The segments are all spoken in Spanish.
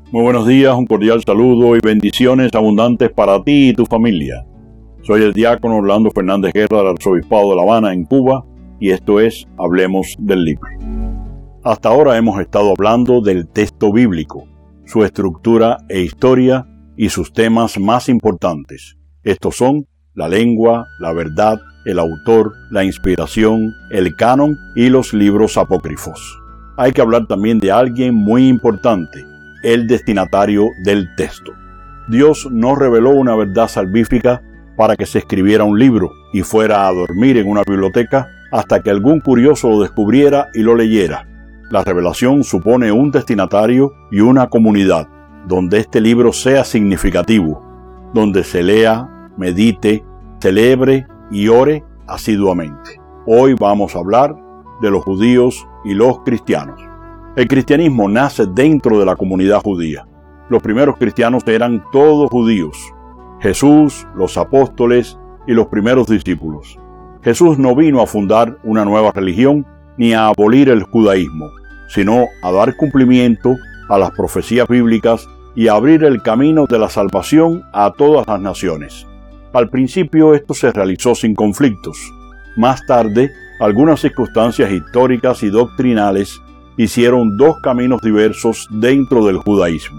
Muy buenos días, un cordial saludo y bendiciones abundantes para ti y tu familia. Soy el diácono Orlando Fernández Guerra del Arzobispado de La Habana, en Cuba, y esto es Hablemos del Libro. Hasta ahora hemos estado hablando del texto bíblico, su estructura e historia y sus temas más importantes. Estos son la lengua, la verdad, el autor, la inspiración, el canon y los libros apócrifos. Hay que hablar también de alguien muy importante, el destinatario del texto. Dios no reveló una verdad salvífica para que se escribiera un libro y fuera a dormir en una biblioteca hasta que algún curioso lo descubriera y lo leyera. La revelación supone un destinatario y una comunidad donde este libro sea significativo, donde se lea, medite, celebre y ore asiduamente. Hoy vamos a hablar de los judíos y los cristianos. El cristianismo nace dentro de la comunidad judía. Los primeros cristianos eran todos judíos: Jesús, los apóstoles y los primeros discípulos. Jesús no vino a fundar una nueva religión ni a abolir el judaísmo, sino a dar cumplimiento a las profecías bíblicas y a abrir el camino de la salvación a todas las naciones. Al principio esto se realizó sin conflictos. Más tarde, algunas circunstancias históricas y doctrinales hicieron dos caminos diversos dentro del judaísmo.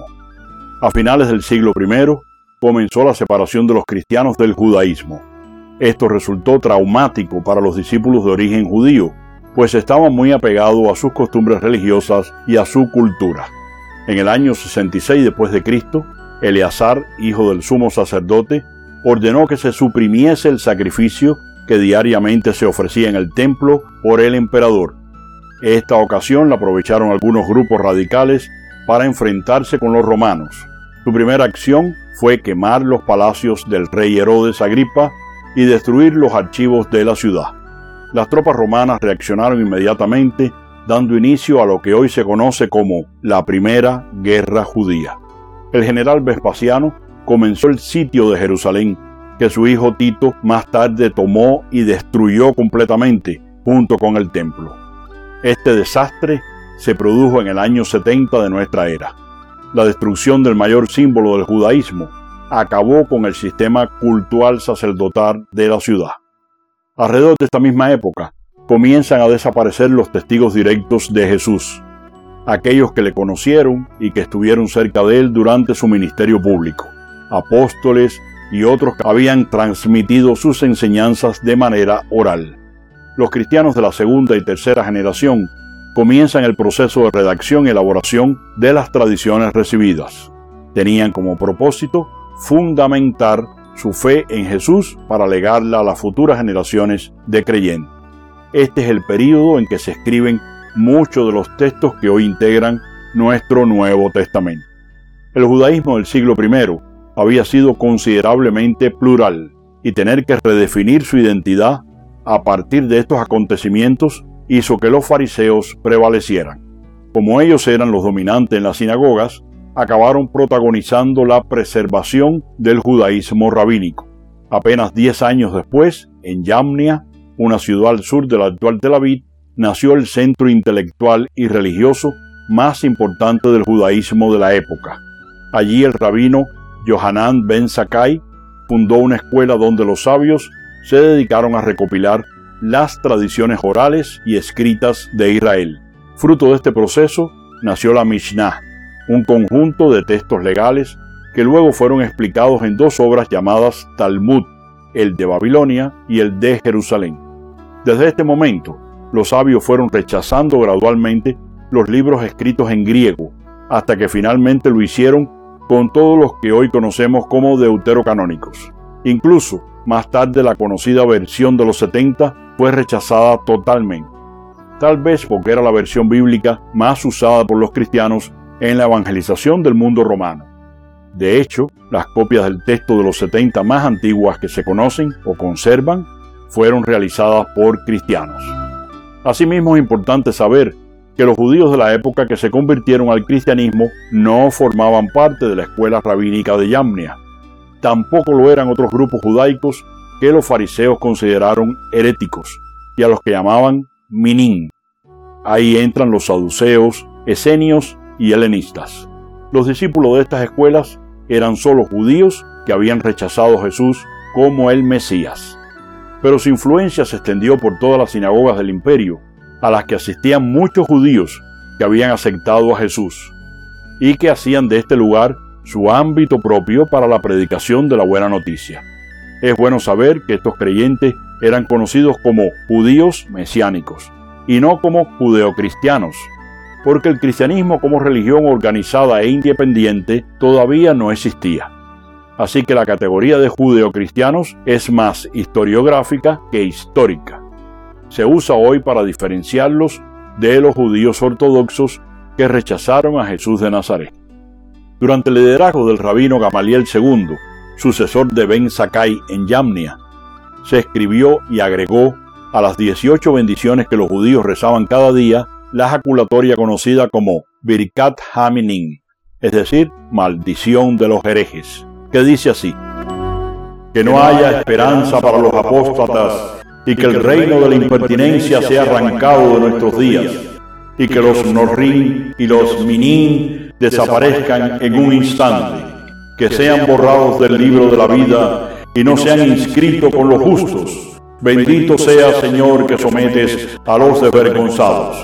A finales del siglo I, comenzó la separación de los cristianos del judaísmo. Esto resultó traumático para los discípulos de origen judío, pues estaban muy apegados a sus costumbres religiosas y a su cultura. En el año 66 después de Cristo, Eleazar, hijo del sumo sacerdote, ordenó que se suprimiese el sacrificio que diariamente se ofrecía en el templo por el emperador. Esta ocasión la aprovecharon algunos grupos radicales para enfrentarse con los romanos. Su primera acción fue quemar los palacios del rey Herodes Agripa y destruir los archivos de la ciudad. Las tropas romanas reaccionaron inmediatamente, dando inicio a lo que hoy se conoce como la Primera Guerra Judía. El general Vespasiano comenzó el sitio de Jerusalén, que su hijo Tito más tarde tomó y destruyó completamente, junto con el templo. Este desastre se produjo en el año 70 de nuestra era. La destrucción del mayor símbolo del judaísmo acabó con el sistema cultural sacerdotal de la ciudad. Alrededor de esta misma época, comienzan a desaparecer los testigos directos de Jesús, aquellos que le conocieron y que estuvieron cerca de él durante su ministerio público, apóstoles y otros que habían transmitido sus enseñanzas de manera oral. Los cristianos de la segunda y tercera generación comienzan el proceso de redacción y elaboración de las tradiciones recibidas. Tenían como propósito fundamentar su fe en Jesús para legarla a las futuras generaciones de creyentes. Este es el período en que se escriben muchos de los textos que hoy integran nuestro Nuevo Testamento. El judaísmo del siglo I había sido considerablemente plural, y tener que redefinir su identidad a partir de estos acontecimientos hizo que los fariseos prevalecieran. Como ellos eran los dominantes en las sinagogas, acabaron protagonizando la preservación del judaísmo rabínico. Apenas 10 años después, en Yamnia, una ciudad al sur de la actual Tel Aviv, nació el centro intelectual y religioso más importante del judaísmo de la época. Allí el rabino Yohanan ben Zakkai fundó una escuela donde los sabios se dedicaron a recopilar las tradiciones orales y escritas de Israel. Fruto de este proceso nació la Mishnah, un conjunto de textos legales que luego fueron explicados en dos obras llamadas Talmud, el de Babilonia y el de Jerusalén. Desde este momento, los sabios fueron rechazando gradualmente los libros escritos en griego, hasta que finalmente lo hicieron con todos los que hoy conocemos como deuterocanónicos. Incluso, más tarde la conocida versión de los 70 fue rechazada totalmente, tal vez porque era la versión bíblica más usada por los cristianos en la evangelización del mundo romano. De hecho, las copias del texto de los 70 más antiguas que se conocen o conservan fueron realizadas por cristianos. Asimismo, es importante saber que los judíos de la época que se convirtieron al cristianismo no formaban parte de la escuela rabínica de Yamnia. Tampoco lo eran otros grupos judaicos que los fariseos consideraron heréticos y a los que llamaban minín. Ahí entran los saduceos, esenios y helenistas. Los discípulos de estas escuelas eran solo judíos que habían rechazado a Jesús como el Mesías. Pero su influencia se extendió por todas las sinagogas del imperio, a las que asistían muchos judíos que habían aceptado a Jesús y que hacían de este lugar su ámbito propio para la predicación de la buena noticia. Es bueno saber que estos creyentes eran conocidos como judíos mesiánicos y no como judeocristianos, porque el cristianismo como religión organizada e independiente todavía no existía. Así que la categoría de judeocristianos es más historiográfica que histórica. Se usa hoy para diferenciarlos de los judíos ortodoxos que rechazaron a Jesús de Nazaret. Durante el liderazgo del rabino Gamaliel II, sucesor de Ben Zakkai en Yamnia, se escribió y agregó a las 18 bendiciones que los judíos rezaban cada día la jaculatoria conocida como Birkat Haminim, es decir, maldición de los herejes, que dice así: que no haya esperanza para los apóstatas y que el reino de la impertinencia sea arrancado de nuestros días y que los Norrim y los Minim desaparezcan en un instante, que sean borrados del libro de la vida y no sean inscritos con los justos. Bendito sea, Señor, que sometes a los desvergonzados.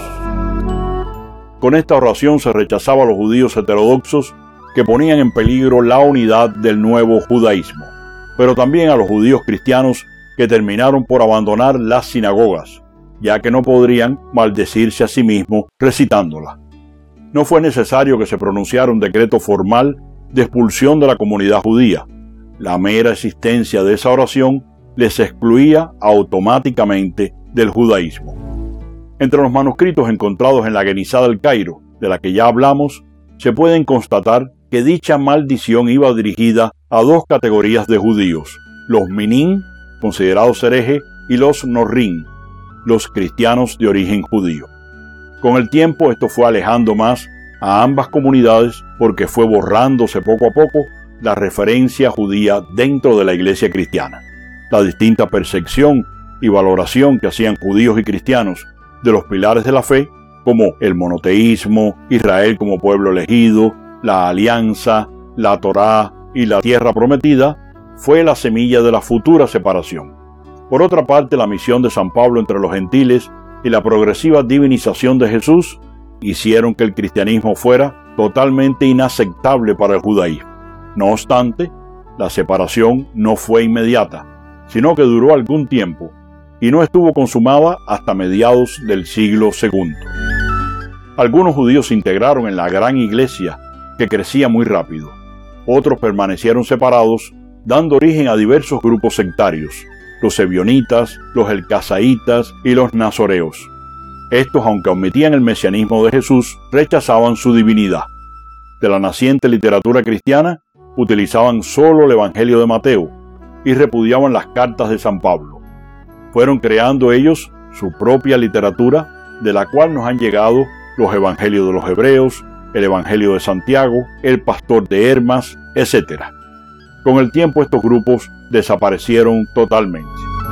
Con esta oración se rechazaba a los judíos heterodoxos que ponían en peligro la unidad del nuevo judaísmo, pero también a los judíos cristianos que terminaron por abandonar las sinagogas, ya que no podrían maldecirse a sí mismos recitándola. No fue necesario que se pronunciara un decreto formal de expulsión de la comunidad judía. La mera existencia de esa oración les excluía automáticamente del judaísmo. Entre los manuscritos encontrados en la Genizá del Cairo, de la que ya hablamos, se pueden constatar que dicha maldición iba dirigida a dos categorías de judíos: los Minim, considerados herejes, y los Norrim, los cristianos de origen judío. Con el tiempo esto fue alejando más a ambas comunidades porque fue borrándose poco a poco la referencia judía dentro de la iglesia cristiana. La distinta percepción y valoración que hacían judíos y cristianos de los pilares de la fe, como el monoteísmo, Israel como pueblo elegido, la alianza, la Torá y la tierra prometida, fue la semilla de la futura separación. Por otra parte, la misión de San Pablo entre los gentiles y la progresiva divinización de Jesús hicieron que el cristianismo fuera totalmente inaceptable para el judaísmo. No obstante, la separación no fue inmediata, sino que duró algún tiempo y no estuvo consumada hasta mediados del siglo II. Algunos judíos se integraron en la gran iglesia, que crecía muy rápido. Otros permanecieron separados, dando origen a diversos grupos sectarios: los ebionitas, los elcasaitas y los nazoreos. Estos, aunque omitían el mesianismo de Jesús, rechazaban su divinidad. De la naciente literatura cristiana, utilizaban solo el Evangelio de Mateo y repudiaban las cartas de San Pablo. Fueron creando ellos su propia literatura, de la cual nos han llegado los Evangelios de los Hebreos, el Evangelio de Santiago, el Pastor de Hermas, etc. Con el tiempo estos grupos desaparecieron totalmente.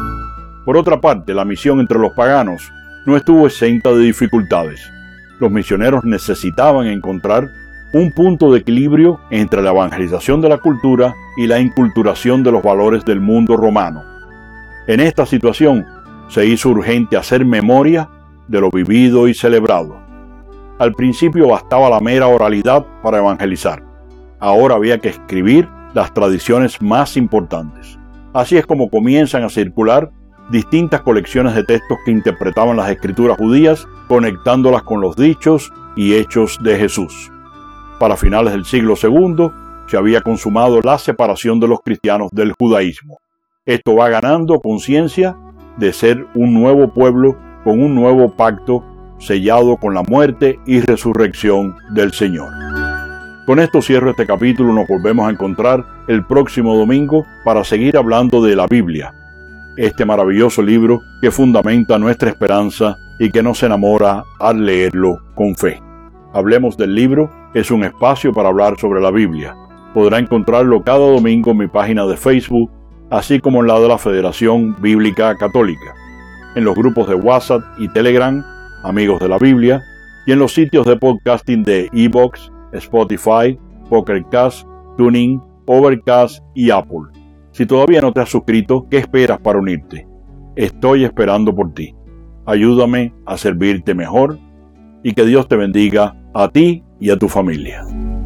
Por otra parte, la misión entre los paganos no estuvo exenta de dificultades. Los misioneros necesitaban encontrar un punto de equilibrio entre la evangelización de la cultura y la inculturación de los valores del mundo romano. En esta situación se hizo urgente hacer memoria de lo vivido y celebrado. Al principio bastaba la mera oralidad para evangelizar. Ahora había que escribir las tradiciones más importantes. Así es como comienzan a circular distintas colecciones de textos que interpretaban las escrituras judías, conectándolas con los dichos y hechos de Jesús. Para finales del siglo II se había consumado la separación de los cristianos del judaísmo. Esto va ganando conciencia de ser un nuevo pueblo con un nuevo pacto sellado con la muerte y resurrección del Señor. Con esto cierro este capítulo. Nos volvemos a encontrar el próximo domingo para seguir hablando de la Biblia, este maravilloso libro que fundamenta nuestra esperanza y que nos enamora al leerlo con fe. Hablemos del libro es un espacio para hablar sobre la Biblia. Podrá encontrarlo cada domingo en mi página de Facebook, así como en la de la Federación Bíblica Católica, en los grupos de WhatsApp y Telegram, Amigos de la Biblia, y en los sitios de podcasting de iVoox, Spotify, Pocket Cast, TuneIn, Overcast y Apple. Si todavía no te has suscrito, ¿qué esperas para unirte? Estoy esperando por ti. Ayúdame a servirte mejor y que Dios te bendiga a ti y a tu familia.